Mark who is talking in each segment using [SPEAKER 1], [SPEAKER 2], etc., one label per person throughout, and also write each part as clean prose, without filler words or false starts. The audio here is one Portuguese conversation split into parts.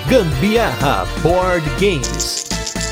[SPEAKER 1] Gambiarra Board Games.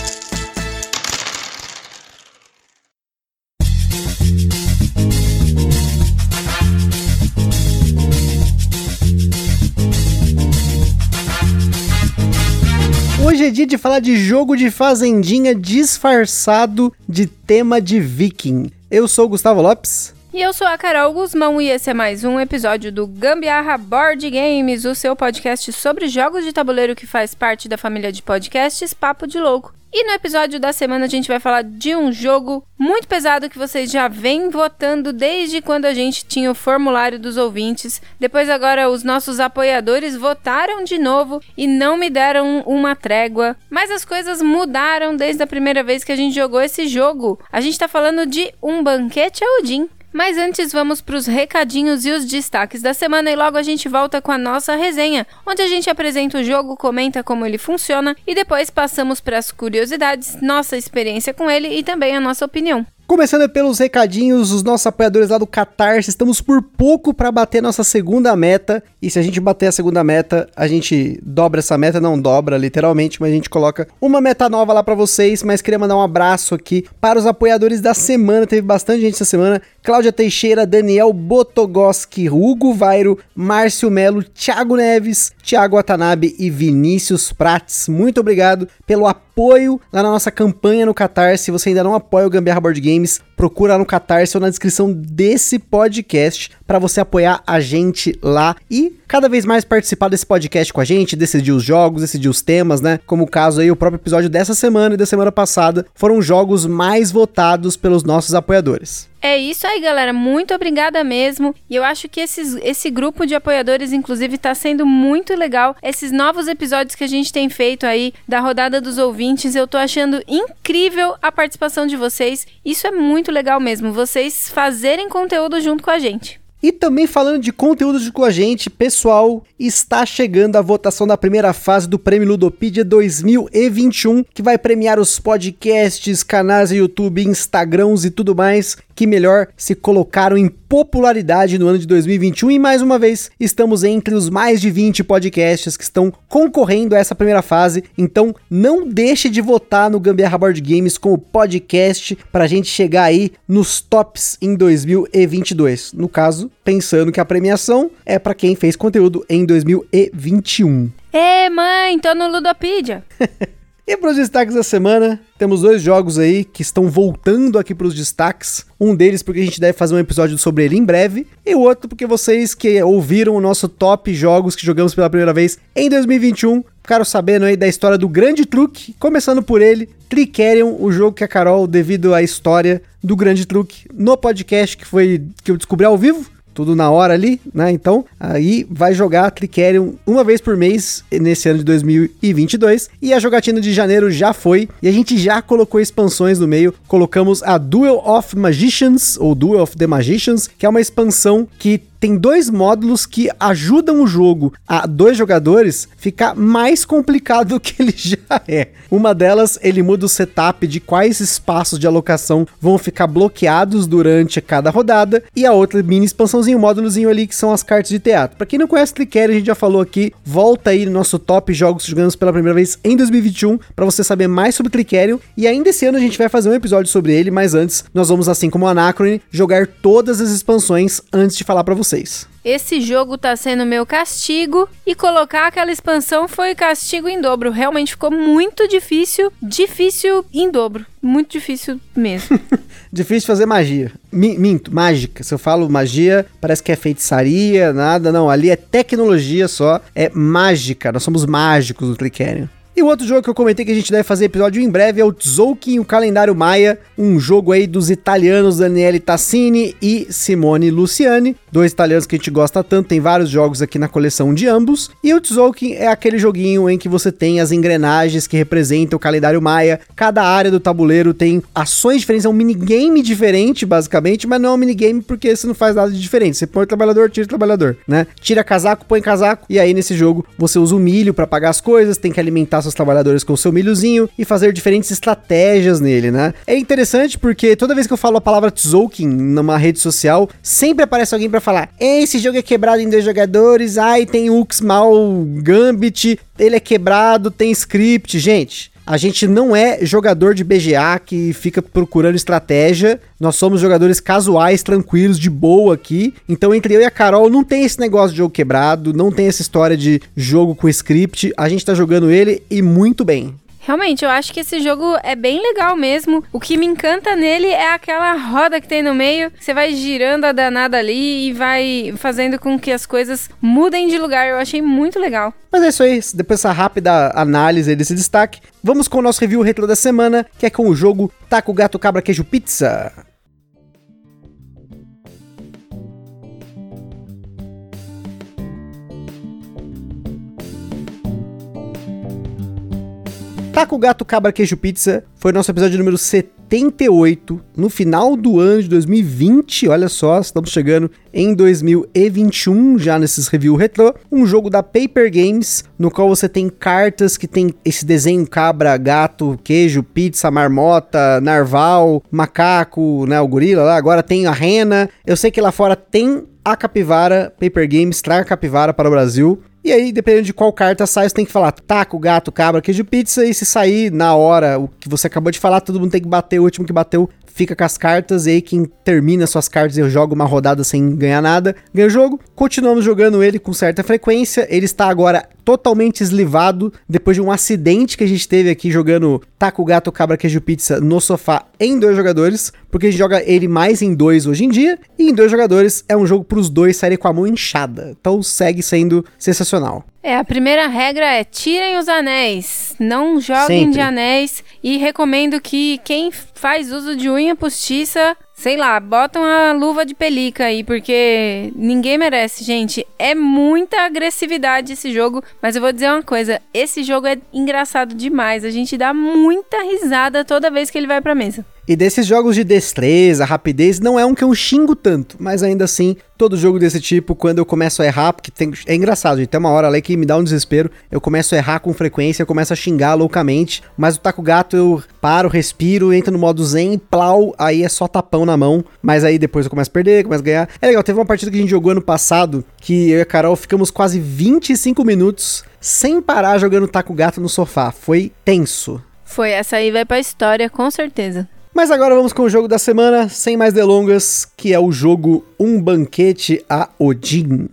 [SPEAKER 2] Hoje é dia de falar de jogo de fazendinha disfarçado de tema de viking. Eu sou o Gustavo Lopes.
[SPEAKER 3] E eu sou a Carol Guzmão e esse é mais um episódio do Gambiarra Board Games, o seu podcast sobre jogos de tabuleiro que faz parte da família de podcasts Papo de Louco. E no episódio da semana a gente vai falar de um jogo muito pesado que vocês já vêm votando desde quando a gente tinha o formulário dos ouvintes. Depois agora os nossos apoiadores votaram de novo e não me deram uma trégua. Mas as coisas mudaram desde a primeira vez que a gente jogou esse jogo. A gente tá falando de Um Banquete a Odin. Mas antes vamos para os recadinhos e os destaques da semana e logo a gente volta com a nossa resenha, onde a gente apresenta o jogo, comenta como ele funciona e depois passamos para as curiosidades, nossa experiência com ele e também a nossa opinião.
[SPEAKER 2] Começando pelos recadinhos, os nossos apoiadores lá do Catarse, estamos por pouco para bater nossa segunda meta, e se a gente bater a segunda meta, a gente dobra essa meta, não dobra literalmente, mas a gente coloca uma meta nova lá para vocês, mas queria mandar um abraço aqui para os apoiadores da semana, teve bastante gente essa semana, Cláudia Teixeira, Daniel Botogoski, Hugo Vairo, Márcio Melo, Thiago Neves, Thiago Watanabe e Vinícius Prates, muito obrigado pelo apoio lá na nossa campanha no Catarse. Se você ainda não apoia o Gambiarra Board Games, procura no Catarse ou na descrição desse podcast para você apoiar a gente lá e cada vez mais participar desse podcast com a gente, decidir os jogos, decidir os temas, né? Como o caso aí, o próprio episódio dessa semana e da semana passada foram jogos mais votados pelos nossos apoiadores.
[SPEAKER 3] É isso aí, galera. Muito obrigada mesmo. E eu acho que esse grupo de apoiadores, inclusive, tá sendo muito legal. Esses novos episódios que a gente tem feito aí da rodada dos ouvintes, eu tô achando incrível a participação de vocês. Isso é muito legal mesmo, vocês fazerem conteúdo junto com a gente.
[SPEAKER 2] E também falando de conteúdo com a gente, pessoal, está chegando a votação da primeira fase do Prêmio Ludopedia 2021, que vai premiar os podcasts, canais do YouTube, Instagrams e tudo mais que melhor se colocaram em popularidade no ano de 2021 e mais uma vez estamos entre os mais de 20 podcasts que estão concorrendo a essa primeira fase, então não deixe de votar no Gambiarra Board Games como podcast para a gente chegar aí nos tops em 2022, no caso, pensando que a premiação é para quem fez conteúdo em 2021.
[SPEAKER 3] Mãe, tô no Ludopedia!
[SPEAKER 2] E para os destaques da semana, temos dois jogos aí que estão voltando aqui para os destaques. Um deles porque a gente deve fazer um episódio sobre ele em breve. E o outro porque vocês que ouviram o nosso top jogos que jogamos pela primeira vez em 2021, ficaram sabendo aí da história do Grande Truque. Começando por ele, Trickerion, o jogo que a Carol, devido à história do Grande Truque no podcast que eu descobri ao vivo, tudo na hora ali, né? Então, aí vai jogar Trickerion uma vez por mês nesse ano de 2022. E a jogatina de janeiro já foi. E a gente já colocou expansões no meio. Colocamos a Duel of Magicians, ou Duel of the Magicians, que é uma expansão que tem dois módulos que ajudam o jogo a dois jogadores ficar mais complicado do que ele já é. Uma delas, ele muda o setup de quais espaços de alocação vão ficar bloqueados durante cada rodada. E a outra mini expansãozinha, um módulozinho ali que são as cartas de teatro. Pra quem não conhece Trickerion, a gente já falou aqui, volta aí no nosso top jogos que jogamos pela primeira vez em 2021 pra você saber mais sobre Trickerion. E ainda esse ano a gente vai fazer um episódio sobre ele, mas antes nós vamos, assim como o Anacrone, jogar todas as expansões antes de falar pra vocês.
[SPEAKER 3] Esse jogo tá sendo meu castigo e colocar aquela expansão foi castigo em dobro. Realmente ficou muito difícil em dobro. Muito difícil mesmo.
[SPEAKER 2] Difícil fazer magia. Minto, mágica. Se eu falo magia, parece que é feitiçaria, nada. Não, ali é tecnologia só, é mágica. Nós somos mágicos no Trickerion. E o outro jogo que eu comentei que a gente deve fazer episódio em breve é o Tzolk'in, o Calendário Maia, um jogo aí dos italianos Daniele Tassini e Simone Luciani, dois italianos que a gente gosta tanto, tem vários jogos aqui na coleção de ambos, e o Tzolk'in é aquele joguinho em que você tem as engrenagens que representam o Calendário Maia, cada área do tabuleiro tem ações diferentes, é um minigame diferente basicamente, mas não é um minigame porque você não faz nada de diferente, você põe o trabalhador, tira o trabalhador, né? Tira casaco, põe casaco, e aí nesse jogo você usa o milho para pagar as coisas, tem que alimentar seus trabalhadores com seu milhozinho e fazer diferentes estratégias nele, né? É interessante porque toda vez que eu falo a palavra Tzolk'in numa rede social, sempre aparece alguém pra falar: esse jogo é quebrado em 2 jogadores, ai, tem Uxmal Gambit, ele é quebrado, tem script. Gente, a gente não é jogador de BGA que fica procurando estratégia. Nós somos jogadores casuais, tranquilos, de boa aqui. Então, entre eu e a Carol, não tem esse negócio de jogo quebrado, não tem essa história de jogo com script. A gente tá jogando ele e muito bem.
[SPEAKER 3] Realmente, eu acho que esse jogo é bem legal mesmo. O que me encanta nele é aquela roda que tem no meio. Você vai girando a danada ali e vai fazendo com que as coisas mudem de lugar. Eu achei muito legal.
[SPEAKER 2] Mas é isso aí, depois dessa rápida análise desse destaque, vamos com o nosso review retrô da semana, que é com o jogo Taco Gato Cabra Queijo Pizza. Taco Gato Cabra Queijo Pizza foi o nosso episódio número 78, no final do ano de 2020, olha só, estamos chegando em 2021, já nesses review retrô, um jogo da Paper Games, no qual você tem cartas que tem esse desenho cabra, gato, queijo, pizza, marmota, narval, macaco, né, o gorila lá, agora tem a rena, eu sei que lá fora tem a capivara, Paper Games traz a capivara para o Brasil. E aí, dependendo de qual carta sai, você tem que falar taco, gato, cabra, queijo, pizza. E se sair na hora o que você acabou de falar, todo mundo tem que bater. O último que bateu fica com as cartas. E aí, quem termina suas cartas e joga uma rodada sem ganhar nada, ganha o jogo. Continuamos jogando ele com certa frequência. Ele está agora totalmente eslivado, depois de um acidente que a gente teve aqui jogando Taco, Gato, Cabra, Queijo, Pizza no sofá em 2 jogadores, porque a gente joga ele mais em 2 hoje em dia, e em 2 jogadores é um jogo para os dois saírem com a mão inchada, então segue sendo sensacional.
[SPEAKER 3] A primeira regra é tirem os anéis, não joguem
[SPEAKER 2] Sempre
[SPEAKER 3] de anéis, e recomendo que quem faz uso de unha postiça, sei lá, botam a luva de pelica aí, porque ninguém merece, gente. É muita agressividade esse jogo, mas eu vou dizer uma coisa, esse jogo é engraçado demais, a gente dá muita risada toda vez que ele vai pra mesa.
[SPEAKER 2] E desses jogos de destreza, rapidez, não é um que eu xingo tanto, mas ainda assim, todo jogo desse tipo, quando eu começo a errar, porque é engraçado, gente, tem uma hora ali que me dá um desespero, eu começo a errar com frequência, eu começo a xingar loucamente, mas o Taco Gato eu paro, respiro, entro no modo zen, plau, aí é só tapão na mão, mas aí depois eu começo a perder, começo a ganhar. É legal, teve uma partida que a gente jogou ano passado, que eu e a Carol ficamos quase 25 minutos sem parar jogando Taco Gato no sofá, foi tenso.
[SPEAKER 3] Foi, essa aí vai pra história, com certeza.
[SPEAKER 2] Mas agora vamos com o jogo da semana, sem mais delongas, que é o jogo Um Banquete a Odin.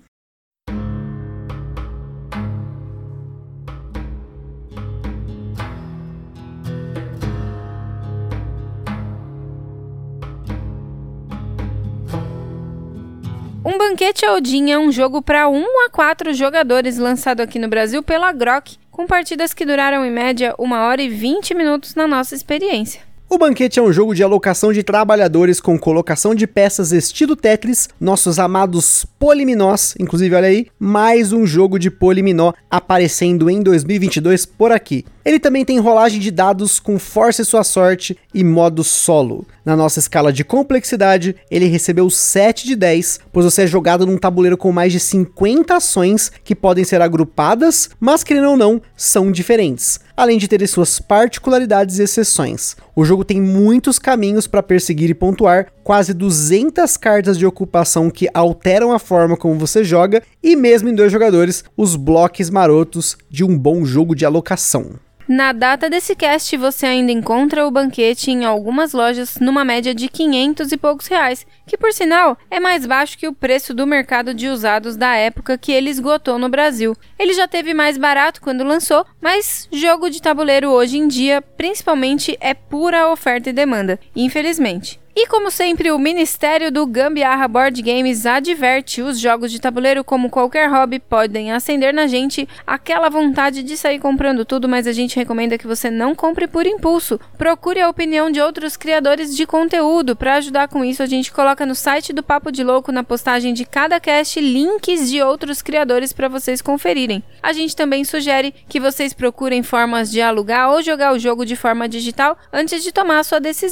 [SPEAKER 3] Um Banquete a Odin é um jogo para 1 a 4 jogadores lançado aqui no Brasil pela Grok, com partidas que duraram em média 1 hora e 20 minutos na nossa experiência.
[SPEAKER 2] O Banquete é um jogo de alocação de trabalhadores com colocação de peças estilo Tetris, nossos amados poliminós, inclusive olha aí, mais um jogo de poliminó aparecendo em 2022 por aqui. Ele também tem rolagem de dados com Force Sua Sorte e modo solo. Na nossa escala de complexidade, ele recebeu 7 de 10, pois você é jogado num tabuleiro com mais de 50 ações que podem ser agrupadas, mas querendo ou não, são diferentes, além de ter suas particularidades e exceções. O jogo tem muitos caminhos para perseguir e pontuar, quase 200 cartas de ocupação que alteram a forma como você joga, e mesmo em 2 jogadores, os blocos marotos de um bom jogo de alocação.
[SPEAKER 3] Na data desse cast, você ainda encontra o Banquete em algumas lojas numa média de 500 e poucos reais, que por sinal é mais baixo que o preço do mercado de usados da época que ele esgotou no Brasil. Ele já teve mais barato quando lançou, mas jogo de tabuleiro hoje em dia, principalmente, é pura oferta e demanda, infelizmente. E como sempre, o Ministério do Gambiarra Board Games adverte: os jogos de tabuleiro, como qualquer hobby, podem acender na gente aquela vontade de sair comprando tudo, mas a gente recomenda que você não compre por impulso. Procure a opinião de outros criadores de conteúdo. Para ajudar com isso, a gente coloca no site do Papo de Louco, na postagem de cada cast, links de outros criadores para vocês conferirem. A gente também sugere que vocês procurem formas de alugar ou jogar o jogo de forma digital antes de tomar a sua decisão.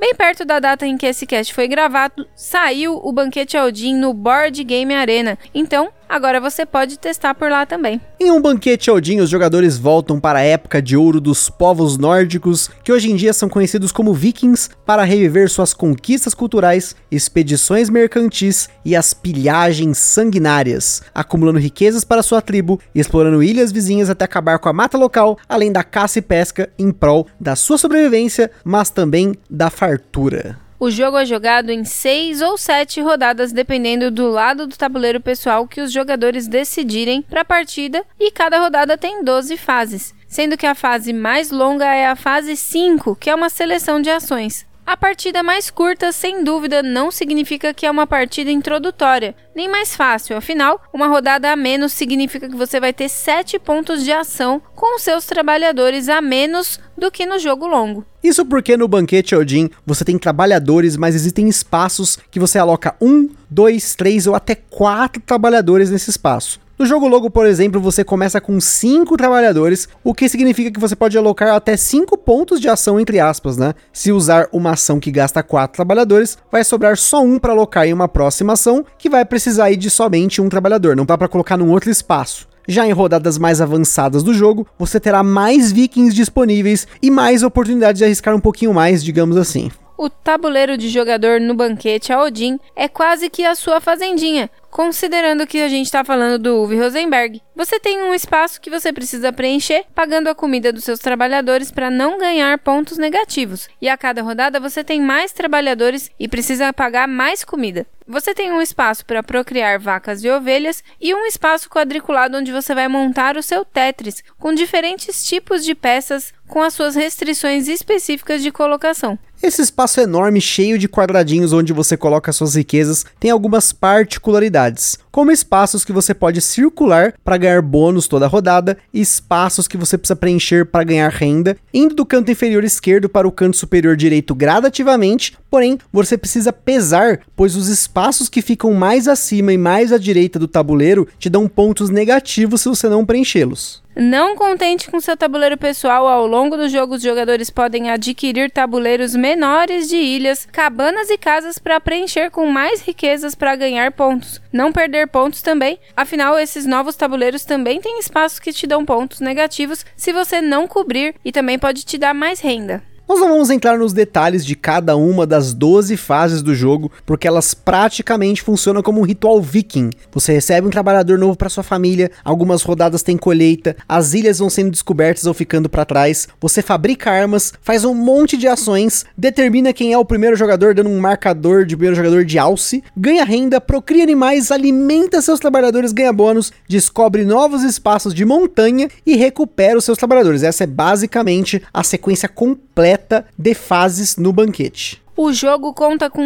[SPEAKER 3] Bem perto da data em que esse cast foi gravado, saiu o Banquete Odin no Board Game Arena, então agora você pode testar por lá também.
[SPEAKER 2] Em um Banquete Odin, os jogadores voltam para a época de ouro dos povos nórdicos, que hoje em dia são conhecidos como vikings, para reviver suas conquistas culturais, expedições mercantis e as pilhagens sanguinárias, acumulando riquezas para sua tribo e explorando ilhas vizinhas até acabar com a mata local, além da caça e pesca em prol da sua sobrevivência, mas também da fartura.
[SPEAKER 3] O jogo é jogado em 6 ou 7 rodadas, dependendo do lado do tabuleiro pessoal que os jogadores decidirem para a partida, e cada rodada tem 12 fases, sendo que a fase mais longa é a fase 5, que é uma seleção de ações. A partida mais curta, sem dúvida, não significa que é uma partida introdutória, nem mais fácil, afinal, uma rodada a menos significa que você vai ter 7 pontos de ação com os seus trabalhadores a menos do que no jogo longo.
[SPEAKER 2] Isso porque no Banquete Odin você tem trabalhadores, mas existem espaços que você aloca 1, 2, 3 ou até 4 trabalhadores nesse espaço. No jogo longo, por exemplo, você começa com 5 trabalhadores, o que significa que você pode alocar até 5 pontos de ação, entre aspas, né? Se usar uma ação que gasta 4 trabalhadores, vai sobrar só um para alocar em uma próxima ação, que vai precisar ir de somente um trabalhador, não dá para colocar num outro espaço. Já em rodadas mais avançadas do jogo, você terá mais vikings disponíveis e mais oportunidades de arriscar um pouquinho mais, digamos assim.
[SPEAKER 3] O tabuleiro de jogador no Banquete Odin é quase que a sua fazendinha, considerando que a gente está falando do Uwe Rosenberg. Você tem um espaço que você precisa preencher, pagando a comida dos seus trabalhadores para não ganhar pontos negativos. E a cada rodada você tem mais trabalhadores e precisa pagar mais comida. Você tem um espaço para procriar vacas e ovelhas e um espaço quadriculado onde você vai montar o seu Tetris, com diferentes tipos de peças com as suas restrições específicas de colocação.
[SPEAKER 2] Esse espaço enorme, cheio de quadradinhos onde você coloca suas riquezas, tem algumas particularidades, como espaços que você pode circular para ganhar bônus toda a rodada, e espaços que você precisa preencher para ganhar renda, indo do canto inferior esquerdo para o canto superior direito gradativamente, porém você precisa pesar, pois os espaços que ficam mais acima e mais à direita do tabuleiro te dão pontos negativos se você não preenchê-los.
[SPEAKER 3] Não contente com seu tabuleiro pessoal, ao longo do jogo os jogadores podem adquirir tabuleiros menores de ilhas, cabanas e casas para preencher com mais riquezas para ganhar pontos. Não perder pontos também, afinal esses novos tabuleiros também têm espaços que te dão pontos negativos se você não cobrir, e também pode te dar mais renda.
[SPEAKER 2] Nós não vamos entrar nos detalhes de cada uma das 12 fases do jogo, porque elas praticamente funcionam como um ritual viking. Você recebe um trabalhador novo para sua família, algumas rodadas tem colheita, as ilhas vão sendo descobertas ou ficando para trás, você fabrica armas, faz um monte de ações, determina quem é o primeiro jogador dando um marcador de primeiro jogador de alce, ganha renda, procria animais, alimenta seus trabalhadores, ganha bônus, descobre novos espaços de montanha e recupera os seus trabalhadores. Essa é basicamente a sequência completa de fases no banquete.
[SPEAKER 3] O jogo conta com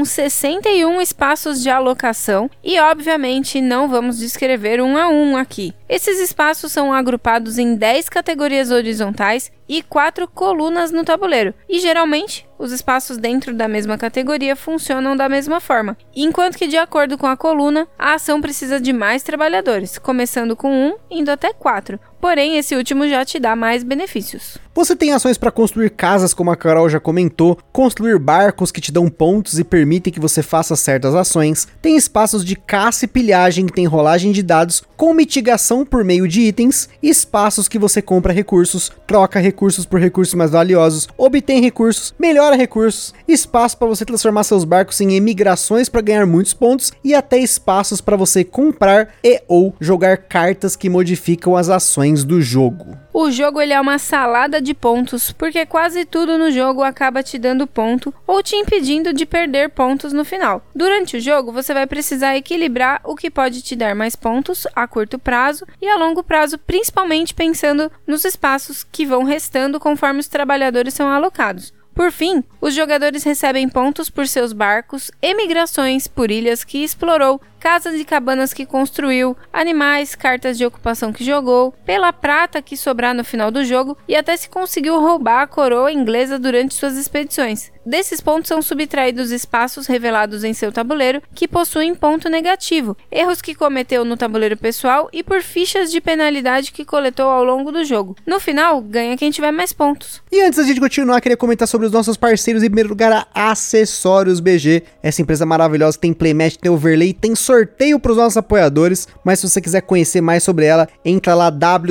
[SPEAKER 3] 61 espaços de alocação e, obviamente, não vamos descrever um a um aqui. Esses espaços são agrupados em 10 categorias horizontais e 4 colunas no tabuleiro, e geralmente os espaços dentro da mesma categoria funcionam da mesma forma, enquanto que de acordo com a coluna, a ação precisa de mais trabalhadores, começando com 1 indo até 4, porém esse último já te dá mais benefícios.
[SPEAKER 2] Você tem ações para construir casas, como a Carol já comentou, construir barcos que te dão pontos e permitem que você faça certas ações, tem espaços de caça e pilhagem que tem rolagem de dados com mitigação por meio de itens, espaços que você compra recursos, troca recursos por recursos mais valiosos, obtém recursos, melhora recursos, espaço para você transformar seus barcos em emigrações para ganhar muitos pontos e até espaços para você comprar e ou jogar cartas que modificam as ações do jogo.
[SPEAKER 3] O jogo ele é uma salada de pontos, porque quase tudo no jogo acaba te dando ponto ou te impedindo de perder pontos no final. Durante o jogo, você vai precisar equilibrar o que pode te dar mais pontos a curto prazo e a longo prazo, principalmente pensando nos espaços que vão restando conforme os trabalhadores são alocados. Por fim, os jogadores recebem pontos por seus barcos, emigrações por ilhas que explorou, casas e cabanas que construiu, animais, cartas de ocupação que jogou, pela prata que sobrar no final do jogo e até se conseguiu roubar a coroa inglesa durante suas expedições. Desses pontos são subtraídos espaços revelados em seu tabuleiro que possuem ponto negativo, erros que cometeu no tabuleiro pessoal e por fichas de penalidade que coletou ao longo do jogo. No final, ganha quem tiver mais pontos.
[SPEAKER 2] E antes da gente continuar, queria comentar sobre os nossos parceiros. Em primeiro lugar, a Acessórios BG. Essa empresa maravilhosa, tem playmatch, tem overlay, tem sorteio para os nossos apoiadores. Mas se você quiser conhecer mais sobre ela, entra lá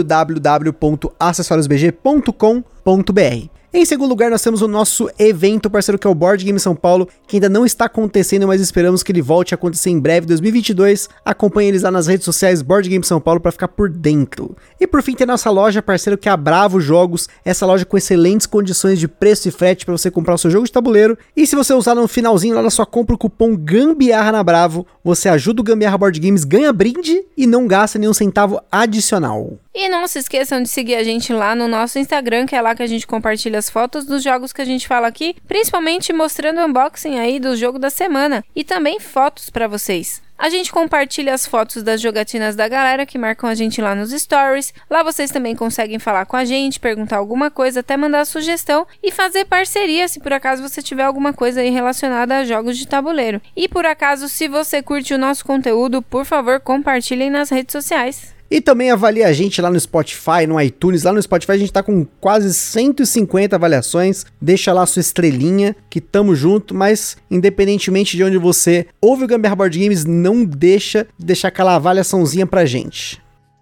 [SPEAKER 2] www.acessoriosbg.com.br. Em segundo lugar, nós temos o nosso evento parceiro, que é o Board Game São Paulo, que ainda não está acontecendo, mas esperamos que ele volte a acontecer em breve, 2022. Acompanhe eles lá nas redes sociais Board Game São Paulo para ficar por dentro. E por fim, tem a nossa loja parceiro, que é a Bravo Jogos, essa loja com excelentes condições de preço e frete para você comprar o seu jogo de tabuleiro. E se você usar no finalzinho lá na sua compra o cupom GAMBIARRA na Bravo, você ajuda o Gambiarra Board Games, ganha brinde e não gasta nenhum centavo adicional.
[SPEAKER 3] E não se esqueçam de seguir a gente lá no nosso Instagram, que é lá que a gente compartilha as fotos dos jogos que a gente fala aqui, principalmente mostrando o unboxing aí do jogo da semana e também fotos para vocês. A gente compartilha as fotos das jogatinas da galera que marcam a gente lá nos stories. Lá vocês também conseguem falar com a gente, perguntar alguma coisa, até mandar sugestão e fazer parceria se por acaso você tiver alguma coisa aí relacionada a jogos de tabuleiro. E por acaso, se você curte o nosso conteúdo, por favor, compartilhem nas redes sociais.
[SPEAKER 2] E também avalie a gente lá no Spotify, no iTunes. Lá no Spotify a gente tá com quase 150 avaliações. Deixa lá a sua estrelinha, que tamo junto. Mas independentemente de onde você ouve o Gambiarra Board Games, não deixa de deixar aquela avaliaçãozinha pra gente.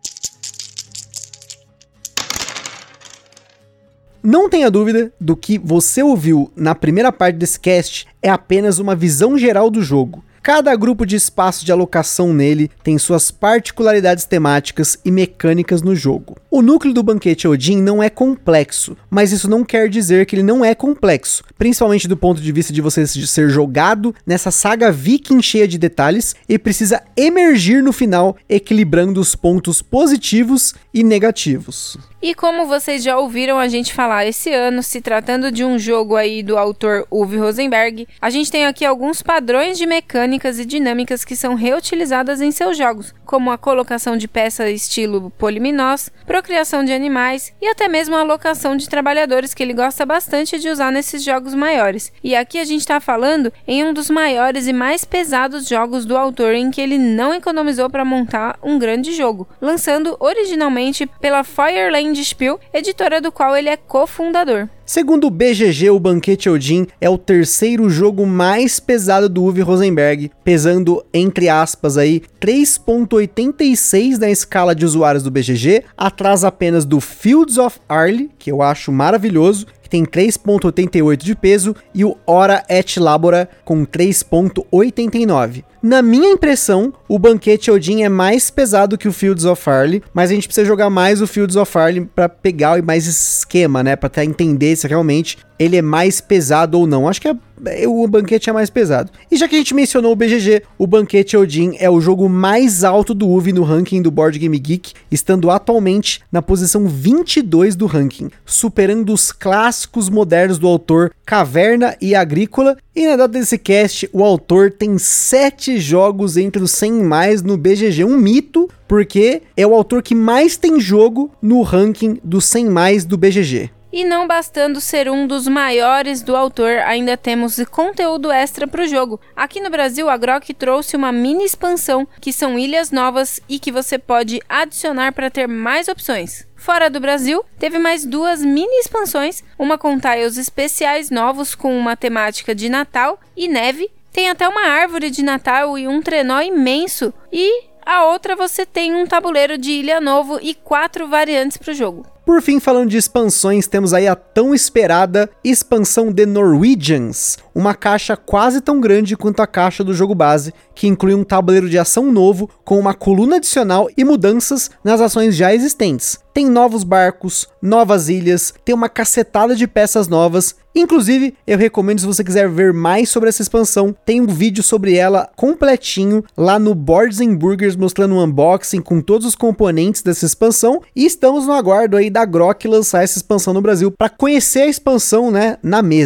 [SPEAKER 2] Não tenha dúvida do que você ouviu na primeira parte desse cast é apenas uma visão geral do jogo. Cada grupo de espaço de alocação nele tem suas particularidades temáticas e mecânicas no jogo. O núcleo do Banquete Odin não é complexo, mas isso não quer dizer que ele não é complexo, principalmente do ponto de vista de você ser jogado nessa saga viking cheia de detalhes e precisa emergir no final, equilibrando os pontos positivos e negativos.
[SPEAKER 3] E como vocês já ouviram a gente falar esse ano, se tratando de um jogo aí do autor Uwe Rosenberg, a gente tem aqui alguns padrões de mecânicas e dinâmicas que são reutilizadas em seus jogos, como a colocação de peças estilo poliminós, procriação de animais e até mesmo a alocação de trabalhadores, que ele gosta bastante de usar nesses jogos maiores. E aqui a gente está falando em um dos maiores e mais pesados jogos do autor, em que ele não economizou para montar um grande jogo, lançando originalmente pela Fireland Spiel, editora do qual ele é cofundador.
[SPEAKER 2] Segundo o BGG, o Banquete Odin é o terceiro jogo mais pesado do Uwe Rosenberg, pesando, entre aspas, aí 3.86 na escala de usuários do BGG, atrás apenas do Fields of Arle, que eu acho maravilhoso, que tem 3.88 de peso, e o Ora et Labora com 3.89. Na minha impressão, o Banquete Odin é mais pesado que o Fields of Arle, mas a gente precisa jogar mais o Fields of Arle para pegar mais esquema, né, para até entender se realmente ele é mais pesado ou não. Acho que o Banquete é mais pesado. E já que a gente mencionou o BGG, o Banquete Odin é o jogo mais alto do Uwe no ranking do Board Game Geek, estando atualmente na posição 22 do ranking, superando os clássicos modernos do autor Caverna e Agrícola. E na data desse cast, o autor tem 7 jogos entre os 100 mais no BGG, um mito, porque é o autor que mais tem jogo no ranking dos 100 mais do BGG.
[SPEAKER 3] E não bastando ser um dos maiores do autor, ainda temos conteúdo extra para o jogo. Aqui no Brasil, a Grok trouxe uma mini expansão, que são ilhas novas e que você pode adicionar para ter mais opções. Fora do Brasil, teve mais 2 mini expansões, uma com tiles especiais novos com uma temática de Natal e neve, tem até uma árvore de Natal e um trenó imenso, e a outra você tem um tabuleiro de ilha novo e 4 variantes para o jogo.
[SPEAKER 2] Por fim, falando de expansões, temos aí a tão esperada expansão The Norwegians, uma caixa quase tão grande quanto a caixa do jogo base, que inclui um tabuleiro de ação novo, com uma coluna adicional e mudanças nas ações já existentes. Tem novos barcos, novas ilhas, tem uma cacetada de peças novas. Inclusive, eu recomendo, se você quiser ver mais sobre essa expansão, tem um vídeo sobre ela completinho lá no Boards & Burgers, mostrando um unboxing com todos os componentes dessa expansão. E estamos no aguardo aí da Grok lançar essa expansão no Brasil para conhecer a expansão, né, na mesa.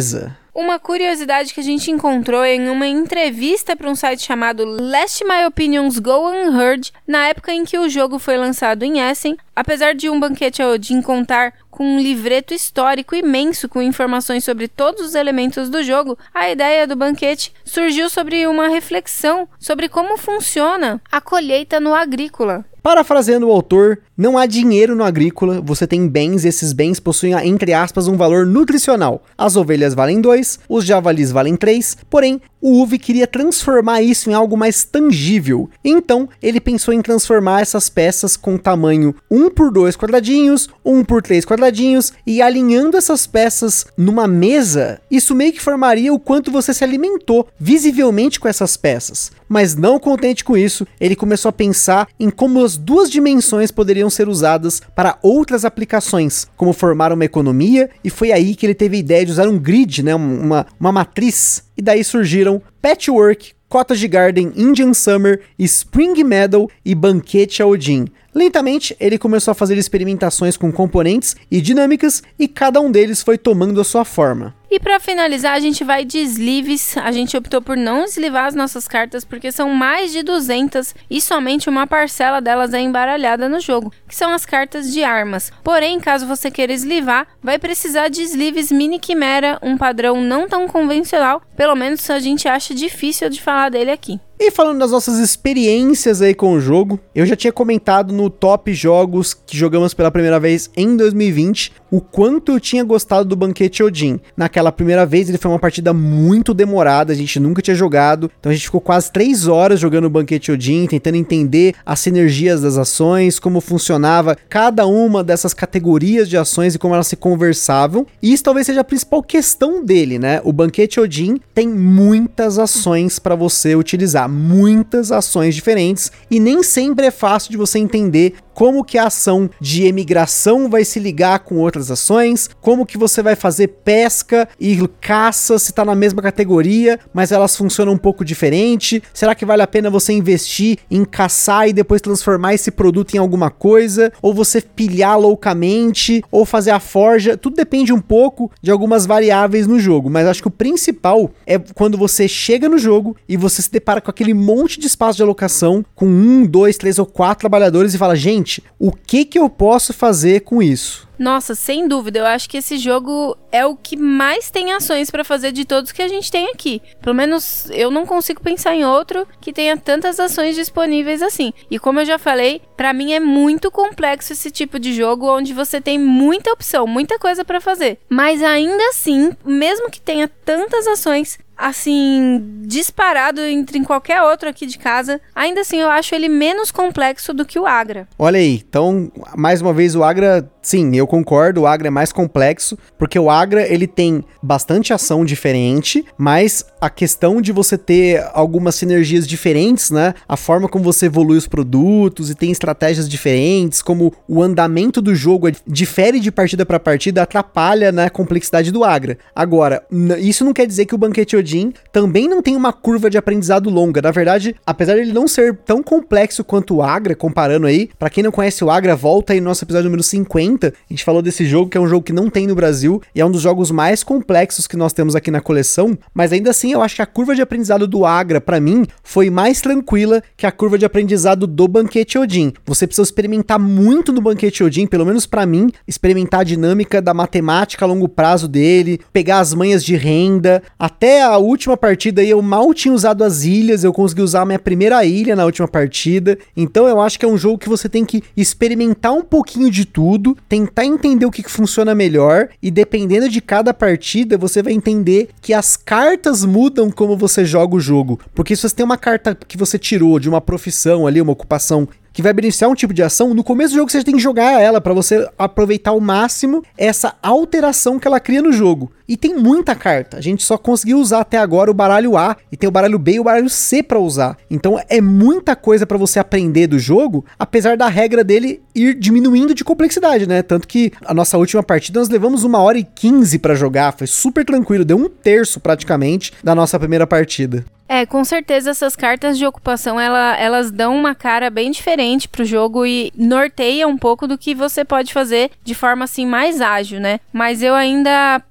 [SPEAKER 3] Uma curiosidade que a gente encontrou em uma entrevista para um site chamado Lest My Opinions Go Unheard, na época em que o jogo foi lançado em Essen, apesar de um Banquete a Odin contar com um livreto histórico imenso com informações sobre todos os elementos do jogo, a ideia do banquete surgiu sobre uma reflexão sobre como funciona a colheita no agrícola.
[SPEAKER 2] Parafraseando o autor, não há dinheiro no agrícola, você tem bens e esses bens possuem, entre aspas, um valor nutricional. As ovelhas valem 2, os javalis valem 3, porém, o Uwe queria transformar isso em algo mais tangível. Então, ele pensou em transformar essas peças com tamanho 1 por 2 quadradinhos, 1 por 3 quadradinhos, e alinhando essas peças numa mesa, isso meio que formaria o quanto você se alimentou visivelmente com essas peças. Mas não contente com isso, ele começou a pensar em como as duas dimensões poderiam ser usadas para outras aplicações, como formar uma economia, e foi aí que ele teve a ideia de usar um grid, né, uma matriz, e daí surgiram Patchwork, Cottage Garden, Indian Summer, Spring Meadow e Banquete a Odin. Lentamente, ele começou a fazer experimentações com componentes e dinâmicas, e cada um deles foi tomando a sua forma.
[SPEAKER 3] E para finalizar, a gente vai de sleeves. A gente optou por não eslivar as nossas cartas porque são mais de 200 e somente uma parcela delas é embaralhada no jogo, que são as cartas de armas. Porém, caso você queira eslivar, vai precisar de sleeves Mini Quimera, um padrão não tão convencional, pelo menos a gente acha difícil de falar dele aqui.
[SPEAKER 2] E falando das nossas experiências aí com o jogo, eu já tinha comentado no top jogos que jogamos pela primeira vez em 2020, o quanto eu tinha gostado do Banquete Odin. Naquela primeira vez ele foi uma partida muito demorada, a gente nunca tinha jogado, então a gente ficou quase 3 horas jogando o Banquete Odin, tentando entender as sinergias das ações, como funcionava cada uma dessas categorias de ações e como elas se conversavam. E isso talvez seja a principal questão dele, né? O Banquete Odin tem muitas ações para você utilizar, muitas ações diferentes, e nem sempre é fácil de você entender como que a ação de emigração vai se ligar com outras ações, como que você vai fazer pesca e caça se tá na mesma categoria, mas elas funcionam um pouco diferente. Será que vale a pena você investir em caçar e depois transformar esse produto em alguma coisa, ou você pilhar loucamente, ou fazer a forja? Tudo depende um pouco de algumas variáveis no jogo, mas acho que o principal é quando você chega no jogo e você se depara com aquele monte de espaço de alocação, com 1, 2, 3 ou 4 trabalhadores e fala, gente, o que eu posso fazer com isso?
[SPEAKER 3] Nossa, sem dúvida, eu acho que esse jogo é o que mais tem ações pra fazer de todos que a gente tem aqui. Pelo menos eu não consigo pensar em outro que tenha tantas ações disponíveis assim. E como eu já falei, pra mim é muito complexo esse tipo de jogo onde você tem muita opção, muita coisa pra fazer. Mas ainda assim, mesmo que tenha tantas ações, assim, disparado em qualquer outro aqui de casa, ainda assim eu acho ele menos complexo do que o Agra.
[SPEAKER 2] Olha aí, então, mais uma vez o Agra, sim, eu concordo, o Agra é mais complexo, porque o Agra, ele tem bastante ação diferente, mas a questão de você ter algumas sinergias diferentes, né, a forma como você evolui os produtos e tem estratégias diferentes, como o andamento do jogo difere de partida para partida, atrapalha na complexidade do Agra. Agora, isso não quer dizer que o Banquete Odin também não tem uma curva de aprendizado longa. Na verdade, apesar de ele não ser tão complexo quanto o Agra, comparando aí, pra quem não conhece o Agra, volta aí no nosso episódio número 50, a gente falou desse jogo, que é um jogo que não tem no Brasil, e é um dos jogos mais complexos que nós temos aqui na coleção, mas ainda assim eu acho que a curva de aprendizado do Agra, pra mim, foi mais tranquila que a curva de aprendizado do Banquete Odin. Você precisa experimentar muito no Banquete Odin, pelo menos pra mim, experimentar a dinâmica da matemática a longo prazo dele, pegar as manhas de renda. Até a última partida aí eu mal tinha usado as ilhas, eu consegui usar a minha primeira ilha na última partida, então eu acho que é um jogo que você tem que experimentar um pouquinho de tudo, tentar entender o que funciona melhor, e dependendo de cada partida, você vai entender que as cartas mudam como você joga o jogo, porque se você tem uma carta que você tirou de uma profissão ali, uma ocupação, que vai beneficiar um tipo de ação, no começo do jogo você tem que jogar ela pra você aproveitar ao máximo essa alteração que ela cria no jogo. E tem muita carta, a gente só conseguiu usar até agora o baralho A, e tem o baralho B e o baralho C pra usar. Então é muita coisa pra você aprender do jogo, apesar da regra dele ir diminuindo de complexidade, né? Tanto que a nossa última partida nós levamos 1h15 pra jogar, foi super tranquilo, deu 1/3 praticamente da nossa primeira partida.
[SPEAKER 3] É, com certeza essas cartas de ocupação, elas dão uma cara bem diferente pro jogo e norteia um pouco do que você pode fazer de forma assim mais ágil, né? Mas eu ainda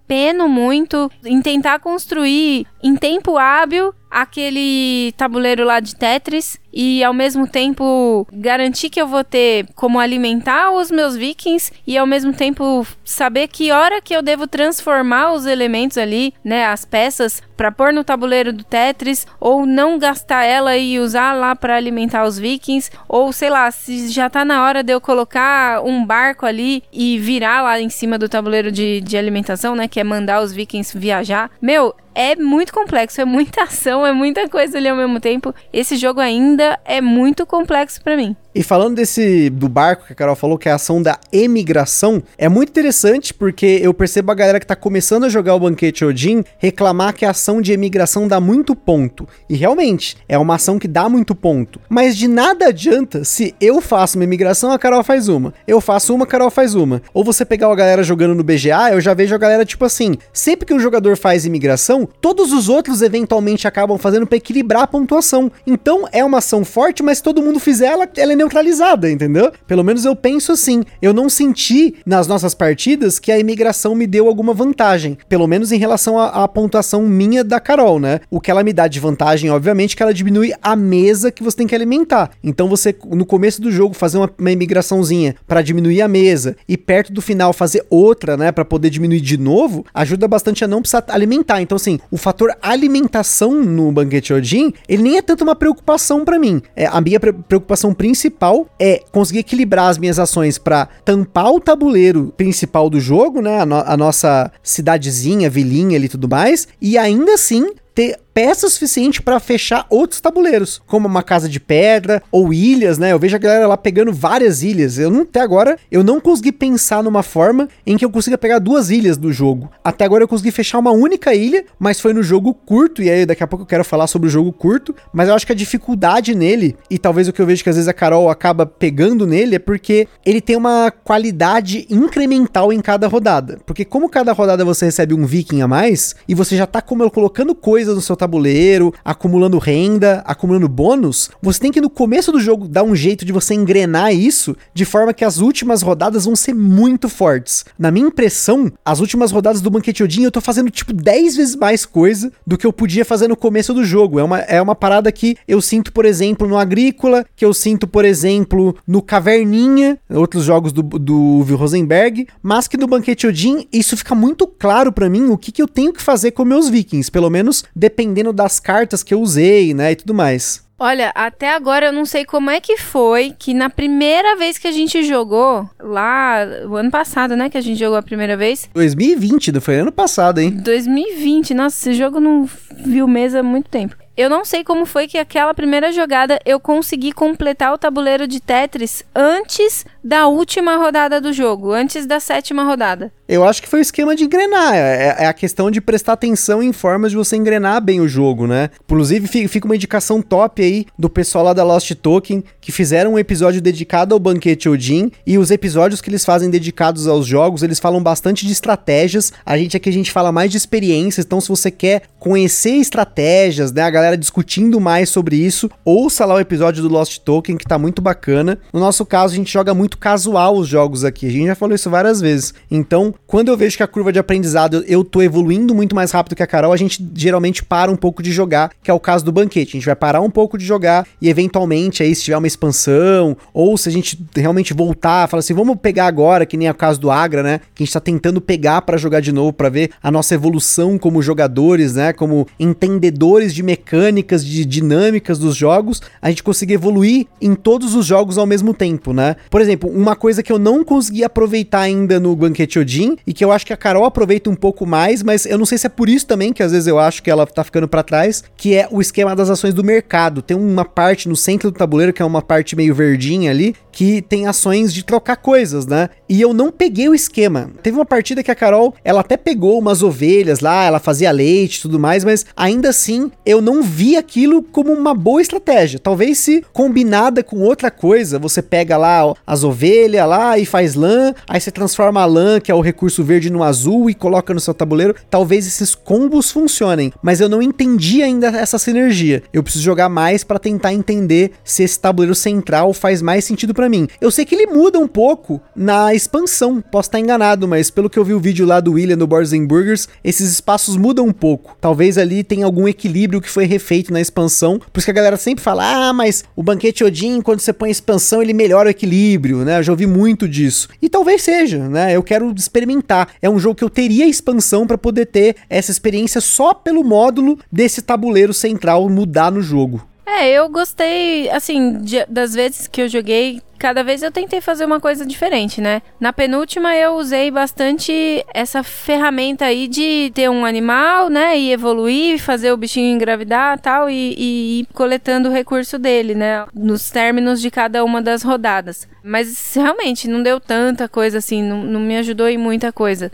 [SPEAKER 3] peno muito em tentar construir em tempo hábil aquele tabuleiro lá de Tetris e ao mesmo tempo garantir que eu vou ter como alimentar os meus vikings e ao mesmo tempo saber que hora que eu devo transformar os elementos ali, né, as peças para pôr no tabuleiro do Tetris, ou não gastar ela e usar lá para alimentar os vikings, ou sei lá, se já tá na hora de eu colocar um barco ali e virar lá em cima do tabuleiro de alimentação, né, que é mandar os vikings viajar. Meu, é muito complexo, é muita ação, é muita coisa ali ao mesmo tempo. Esse jogo ainda é muito complexo pra mim.
[SPEAKER 2] E falando do barco que a Carol falou, que é a ação da emigração, é muito interessante porque eu percebo a galera que tá começando a jogar o Banquete Odin reclamar que a ação de emigração dá muito ponto. E realmente, é uma ação que dá muito ponto. Mas de nada adianta se eu faço uma imigração, a Carol faz uma. Eu faço uma, a Carol faz uma. Ou você pegar a galera jogando no BGA, eu já vejo a galera tipo assim, sempre que o jogador faz imigração, todos os outros eventualmente acabam fazendo pra equilibrar a pontuação. Então é uma ação forte, mas se todo mundo fizer ela é neutralizada, entendeu? Pelo menos eu penso assim. Eu não senti nas nossas partidas que a imigração me deu alguma vantagem. Pelo menos em relação à pontuação minha da Carol, né? O que ela me dá de vantagem, obviamente, é que ela diminui a mesa que você tem que alimentar. Então você, no começo do jogo, fazer uma imigraçãozinha pra diminuir a mesa e perto do final fazer outra, né? Pra poder diminuir de novo, ajuda bastante a não precisar alimentar. Então assim, o fator alimentação no Banquete Odin, ele nem é tanto uma preocupação pra mim. A minha preocupação principal é conseguir equilibrar as minhas ações pra tampar o tabuleiro principal do jogo, né? A nossa cidadezinha, vilinha ali e tudo mais, e ainda assim ter peça suficiente para fechar outros tabuleiros, como uma casa de pedra ou ilhas, né? Eu vejo a galera lá pegando várias ilhas. Até agora, eu não consegui pensar numa forma em que eu consiga pegar 2 ilhas do jogo. Até agora eu consegui fechar uma única ilha, mas foi no jogo curto, e aí daqui a pouco eu quero falar sobre o jogo curto, mas eu acho que a dificuldade nele, e talvez o que eu vejo que às vezes a Carol acaba pegando nele, é porque ele tem uma qualidade incremental em cada rodada. Porque como cada rodada você recebe um viking a mais, e você já tá colocando coisas no seu tabuleiro, acumulando renda, acumulando bônus, você tem que no começo do jogo dar um jeito de você engrenar isso, de forma que as últimas rodadas vão ser muito fortes. Na minha impressão, as últimas rodadas do Banquete Odin eu tô fazendo tipo 10 vezes mais coisa do que eu podia fazer no começo do jogo. É uma parada que eu sinto, por exemplo, no Agrícola, que eu sinto, por exemplo, no Caverninha, outros jogos do Uwe Rosenberg, mas que no Banquete Odin isso fica muito claro pra mim o que eu tenho que fazer com meus vikings, pelo menos dependendo das cartas que eu usei, né, e tudo mais.
[SPEAKER 3] Olha, até agora eu não sei como é que foi que na primeira vez que a gente jogou, lá, o ano passado, né, que a gente jogou a primeira vez.
[SPEAKER 2] 2020, não foi ano passado, hein?
[SPEAKER 3] 2020, nossa, esse jogo não viu mesa há muito tempo. Eu não sei como foi que aquela primeira jogada eu consegui completar o tabuleiro de Tetris antes da última rodada do jogo, antes da 7ª rodada.
[SPEAKER 2] Eu acho que foi o esquema de engrenar, é a questão de prestar atenção em formas de você engrenar bem o jogo, né? Inclusive fica uma indicação top aí do pessoal lá da Lost Token, que fizeram um episódio dedicado ao Banquete Odin, e os episódios que eles fazem dedicados aos jogos, eles falam bastante de estratégias. A gente fala mais de experiências, então se você quer conhecer estratégias, né, a galera discutindo mais sobre isso, ouça lá o episódio do Lost Token, que tá muito bacana. No nosso caso, a gente joga muito casual os jogos aqui, a gente já falou isso várias vezes. Então, quando eu vejo que a curva de aprendizado eu tô evoluindo muito mais rápido que a Carol, a gente geralmente para um pouco de jogar, que é o caso do Banquete. A gente vai parar um pouco de jogar e eventualmente aí se tiver uma expansão, ou se a gente realmente voltar, fala assim, vamos pegar agora, que nem é o caso do Agra, né, que a gente tá tentando pegar pra jogar de novo, pra ver a nossa evolução como jogadores, né, como entendedores de mecânicas, de dinâmicas dos jogos, a gente conseguir evoluir em todos os jogos ao mesmo tempo, né. Por exemplo, uma coisa que eu não consegui aproveitar ainda no Banquete Odin, e que eu acho que a Carol aproveita um pouco mais, mas eu não sei se é por isso também, que às vezes eu acho que ela tá ficando pra trás, que é o esquema das ações do mercado. Tem uma parte no centro do tabuleiro, que é uma parte meio verdinha ali, que tem ações de trocar coisas, né? E eu não peguei o esquema. Teve uma partida que a Carol, ela até pegou umas ovelhas lá, ela fazia leite e tudo mais, mas ainda assim, eu não vi aquilo como uma boa estratégia. Talvez se combinada com outra coisa, você pega lá as ovelhas lá e faz lã, aí você transforma a lã, que é o recurso verde, no azul e coloca no seu tabuleiro, talvez esses combos funcionem, mas eu não entendi ainda essa sinergia. Eu preciso jogar mais pra tentar entender se esse tabuleiro central faz mais sentido pra pra mim. Eu sei que ele muda um pouco na expansão, posso estar enganado, mas pelo que eu vi o vídeo lá do William no Boards & Burgers, esses espaços mudam um pouco. Talvez ali tenha algum equilíbrio que foi refeito na expansão, por isso que a galera sempre fala, mas o Banquete Odin, quando você põe a expansão, ele melhora o equilíbrio, né? Eu já ouvi muito disso. E talvez seja, né? Eu quero experimentar. É um jogo que eu teria expansão pra poder ter essa experiência só pelo módulo desse tabuleiro central mudar no jogo.
[SPEAKER 3] Eu gostei, assim, das vezes que eu joguei, cada vez eu tentei fazer uma coisa diferente, né? Na penúltima eu usei bastante essa ferramenta aí de ter um animal, né? E evoluir, fazer o bichinho engravidar e tal, e ir coletando o recurso dele, né? Nos términos de cada uma das rodadas. Mas realmente não deu tanta coisa assim, não me ajudou em muita coisa.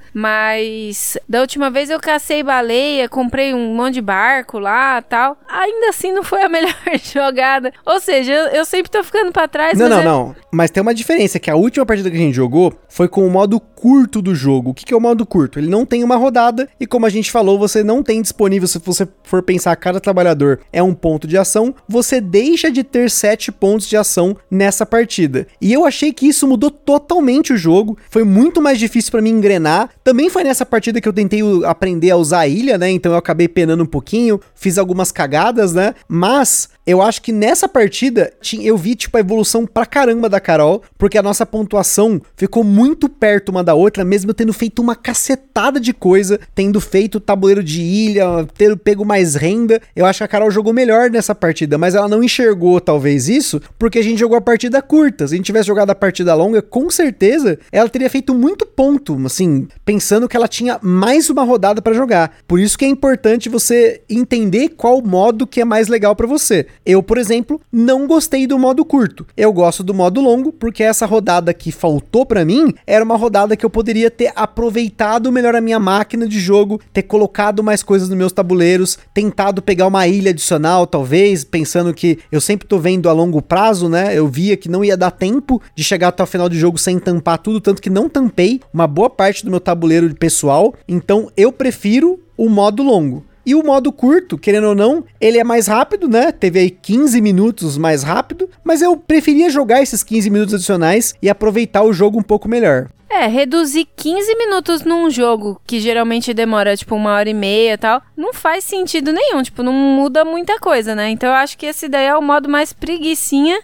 [SPEAKER 3] Mas da última vez eu cacei baleia, comprei um monte de barco lá e tal. Ainda assim não foi a melhor jogada. Ou seja, eu sempre tô ficando pra trás.
[SPEAKER 2] Não. Mas tem uma diferença, que a última partida que a gente jogou foi com o modo curto do jogo. O que é o modo curto? Ele não tem uma rodada e, como a gente falou, você não tem disponível, se você for pensar, cada trabalhador é um ponto de ação, você deixa de ter 7 pontos de ação nessa partida. E eu achei que isso mudou totalmente o jogo, foi muito mais difícil pra mim engrenar. Também foi nessa partida que eu tentei aprender a usar a ilha, né? Então eu acabei penando um pouquinho, fiz algumas cagadas, né? Mas eu acho que nessa partida eu vi, tipo, a evolução pra caramba da Carol, porque a nossa pontuação ficou muito perto uma da outra, mesmo eu tendo feito uma cacetada de coisa, tendo feito tabuleiro de ilha, tendo pego mais renda. Eu acho que a Carol jogou melhor nessa partida, mas ela não enxergou talvez isso, porque a gente jogou a partida curta. Se a gente tivesse jogado a partida longa, com certeza ela teria feito muito ponto, assim, pensando que ela tinha mais uma rodada pra jogar. Por isso que é importante você entender qual modo que é mais legal pra você. Eu, por exemplo, não gostei do modo curto. Eu gosto do modo longo, porque essa rodada que faltou pra mim era uma rodada que eu poderia ter aproveitado melhor a minha máquina de jogo, ter colocado mais coisas nos meus tabuleiros, tentado pegar uma ilha adicional, talvez, pensando que eu sempre tô vendo a longo prazo, né? Eu via que não ia dar tempo de chegar até o final do jogo sem tampar tudo, tanto que não tampei uma boa parte do meu tabuleiro pessoal. Então eu prefiro o modo longo. E o modo curto, querendo ou não, ele é mais rápido, né? Teve aí 15 minutos mais rápido, mas eu preferia jogar esses 15 minutos adicionais e aproveitar o jogo um pouco melhor.
[SPEAKER 3] Reduzir 15 minutos num jogo que geralmente demora, tipo, 1h30 e tal, não faz sentido nenhum, tipo, não muda muita coisa, né? Então eu acho que esse daí é o modo mais preguicinha,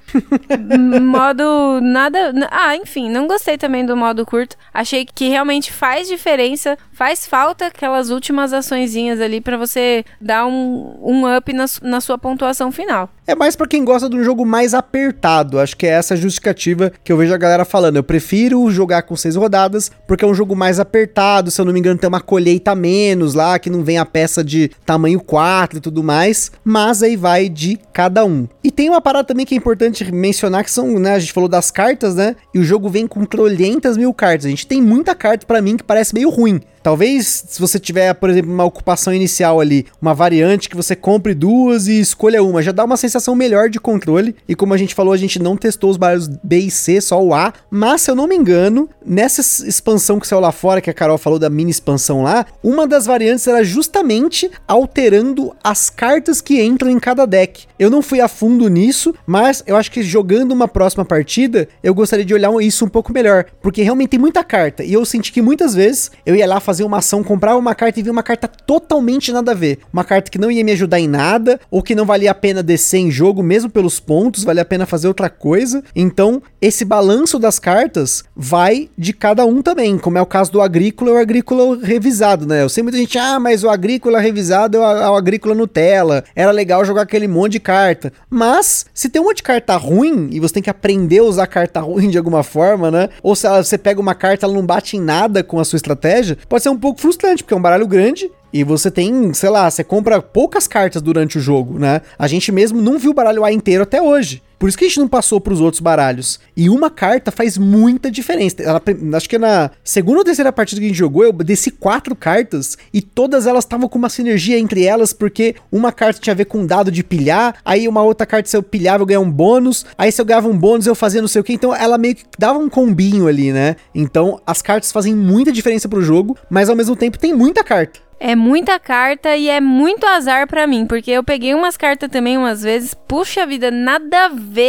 [SPEAKER 3] modo nada... enfim, não gostei também do modo curto, achei que realmente faz diferença, faz falta aquelas últimas açõezinhas ali pra você dar um up na sua pontuação final.
[SPEAKER 2] É mais pra quem gosta de um jogo mais apertado, acho que é essa a justificativa que eu vejo a galera falando. Eu prefiro jogar com 6 rodadas, porque é um jogo mais apertado, se eu não me engano tem uma colheita a menos lá, que não vem a peça de tamanho 4 e tudo mais, mas aí vai de cada um. E tem uma parada também que é importante mencionar, que são, né, a gente falou das cartas, né, e o jogo vem com 300.000 cartas, a gente tem muita carta pra mim que parece meio ruim. Talvez, se você tiver, por exemplo, uma ocupação inicial ali, uma variante que você compre 2 e escolha uma, já dá uma sensação melhor de controle. E como a gente falou, a gente não testou os baralhos B e C, só o A. Mas, se eu não me engano, nessa expansão que saiu lá fora, que a Carol falou da mini expansão lá, uma das variantes era justamente alterando as cartas que entram em cada deck. Eu não fui a fundo nisso, mas eu acho que jogando uma próxima partida, eu gostaria de olhar isso um pouco melhor. Porque realmente tem muita carta. E eu senti que muitas vezes eu ia lá fazer uma ação, comprava uma carta e via uma carta totalmente nada a ver. Uma carta que não ia me ajudar em nada, ou que não valia a pena descer em jogo, mesmo pelos pontos, valia a pena fazer outra coisa. Então, esse balanço das cartas vai de cada um também, como é o caso do Agrícola e o Agrícola revisado, né? Eu sei muita gente, mas o Agrícola revisado é o Agrícola Nutella, era legal jogar aquele monte de carta. Mas, se tem um monte de carta ruim, e você tem que aprender a usar carta ruim de alguma forma, né? Ou se você pega uma carta, ela não bate em nada com a sua estratégia, pode ser um pouco frustrante, porque é um baralho grande e você tem, sei lá, você compra poucas cartas durante o jogo, né? A gente mesmo não viu o baralho A inteiro até hoje. Por isso que a gente não passou pros outros baralhos. E uma carta faz muita diferença. Acho que na segunda ou terceira partida que a gente jogou, eu desci 4 cartas e todas elas estavam com uma sinergia entre elas, porque uma carta tinha a ver com dado de pilhar, aí uma outra carta, se eu pilhava, eu ganhava um bônus, aí se eu ganhava um bônus, eu fazia não sei o que. Então ela meio que dava um combinho ali, né? Então as cartas fazem muita diferença pro jogo, mas ao mesmo tempo tem muita carta.
[SPEAKER 3] É muita carta e é muito azar pra mim, porque eu peguei umas cartas também umas vezes, puxa vida, nada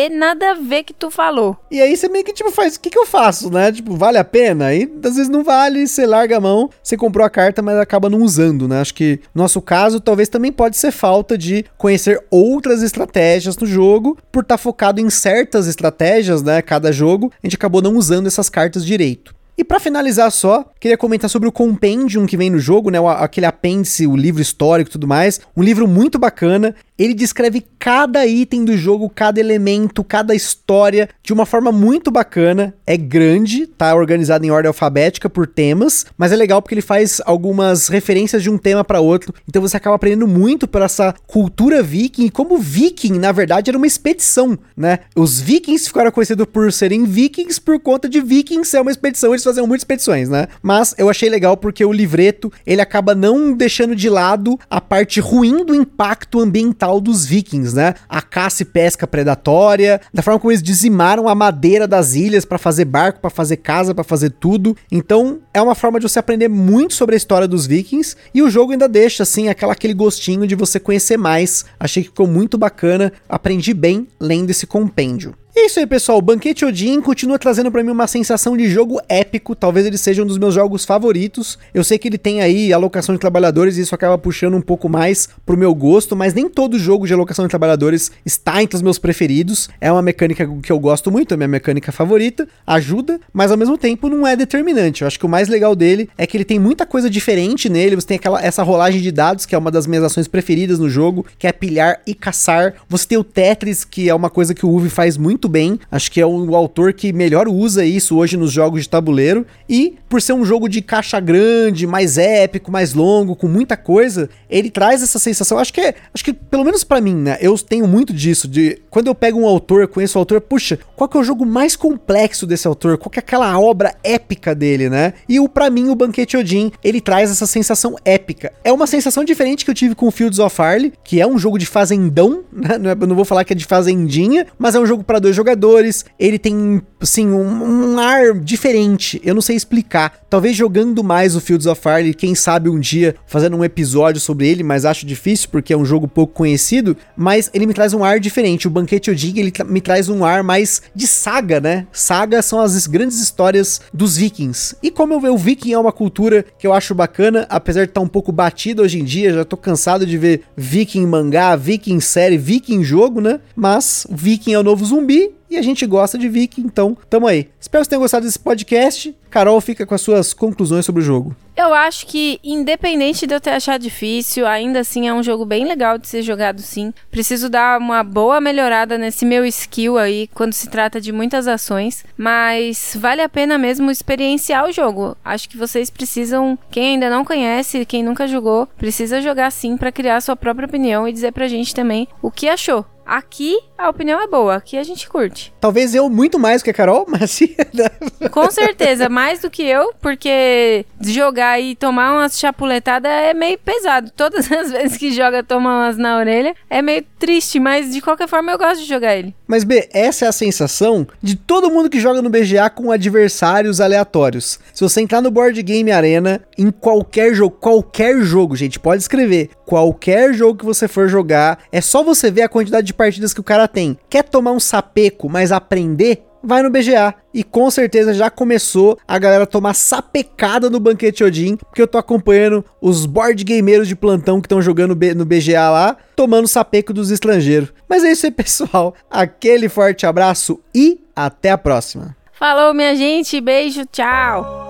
[SPEAKER 3] a ver que tu falou.
[SPEAKER 2] E aí você meio que, tipo, faz, o que eu faço, né? Tipo, vale a pena? Aí, às vezes não vale, você larga a mão, você comprou a carta, mas acaba não usando, né? Acho que, no nosso caso, talvez também pode ser falta de conhecer outras estratégias no jogo, por estar focado em certas estratégias, né? Cada jogo, a gente acabou não usando essas cartas direito. E pra finalizar só, queria comentar sobre o Compendium que vem no jogo, né, aquele apêndice, o livro histórico e tudo mais, um livro muito bacana. Ele descreve cada item do jogo, cada elemento, cada história de uma forma muito bacana. É grande, tá organizado em ordem alfabética por temas, mas é legal porque ele faz algumas referências de um tema para outro. Então você acaba aprendendo muito por essa cultura viking e como viking, na verdade, era uma expedição, né? Os vikings ficaram conhecidos por serem vikings por conta de vikings ser uma expedição, eles faziam muitas expedições, né? Mas eu achei legal porque o livreto, ele acaba não deixando de lado a parte ruim do impacto ambiental dos vikings, né? A caça e pesca predatória, da forma como eles dizimaram a madeira das ilhas para fazer barco, para fazer casa, para fazer tudo. Então, é uma forma de você aprender muito sobre a história dos vikings e o jogo ainda deixa, assim, aquele gostinho de você conhecer mais. Achei que ficou muito bacana, aprendi bem lendo esse compêndio. É isso aí, pessoal, o Banquete Odin continua trazendo pra mim uma sensação de jogo épico, talvez ele seja um dos meus jogos favoritos. Eu sei que ele tem aí alocação de trabalhadores e isso acaba puxando um pouco mais pro meu gosto, mas nem todo jogo de alocação de trabalhadores está entre os meus preferidos. É uma mecânica que eu gosto muito, é a minha mecânica favorita, ajuda, mas ao mesmo tempo não é determinante. Eu acho que o mais legal dele é que ele tem muita coisa diferente nele, você tem essa rolagem de dados, que é uma das minhas ações preferidas no jogo, que é pilhar e caçar. Você tem o Tetris, que é uma coisa que o Uwe faz muito bem, acho que é o autor que melhor usa isso hoje nos jogos de tabuleiro, e por ser um jogo de caixa grande, mais épico, mais longo, com muita coisa, ele traz essa sensação, acho que pelo menos pra mim, né, eu tenho muito disso, de quando eu pego um autor, conheço o autor, puxa, qual que é o jogo mais complexo desse autor, qual que é aquela obra épica dele, né, e pra mim o Banquete Odin, ele traz essa sensação épica, é uma sensação diferente que eu tive com o Fields of Arle, que é um jogo de fazendão, né, eu não vou falar que é de fazendinha, mas é um jogo pra dois jogadores, ele tem, assim, um ar diferente, eu não sei explicar, talvez jogando mais o Fields of Arle, quem sabe um dia fazendo um episódio sobre ele, mas acho difícil porque é um jogo pouco conhecido, mas ele me traz um ar diferente, o Banquete Odin, ele me traz um ar mais de saga, né, saga são as grandes histórias dos vikings, e como o viking é uma cultura que eu acho bacana, apesar de estar um pouco batida hoje em dia, já tô cansado de ver viking mangá, viking série, viking jogo, né, mas viking é o novo zumbi, e a gente gosta de viking, então tamo aí. Espero que vocês tenham gostado desse podcast. Carol fica com as suas conclusões sobre o jogo.
[SPEAKER 3] Eu acho que, independente de eu ter achado difícil, ainda assim é um jogo bem legal de ser jogado, sim. Preciso dar uma boa melhorada nesse meu skill aí, quando se trata de muitas ações, mas vale a pena mesmo experienciar o jogo. Acho que vocês precisam, quem ainda não conhece, quem nunca jogou, precisa jogar sim pra criar a sua própria opinião e dizer pra gente também o que achou. Aqui a opinião é boa, aqui a gente curte.
[SPEAKER 2] Talvez eu muito mais que a Carol, mas...
[SPEAKER 3] Com certeza, mais do que eu, porque jogar e tomar umas chapuletadas é meio pesado. Todas as vezes que joga, toma umas na orelha, é meio triste, mas de qualquer forma eu gosto de jogar ele. Mas
[SPEAKER 2] B, essa é a sensação de todo mundo que joga no BGA com adversários aleatórios. Se você entrar no Board Game Arena, em qualquer jogo, gente, pode escrever, qualquer jogo que você for jogar, é só você ver a quantidade de partidas que o cara tem. Quer tomar um sapeco, mas aprender? Vai no BGA. E com certeza já começou a galera tomar sapecada no Banquete Odin, porque eu tô acompanhando os board gameiros de plantão que estão jogando no BGA lá, tomando sapeco dos estrangeiros. Mas é isso aí, pessoal. Aquele forte abraço e até a próxima.
[SPEAKER 3] Falou, minha gente. Beijo, tchau.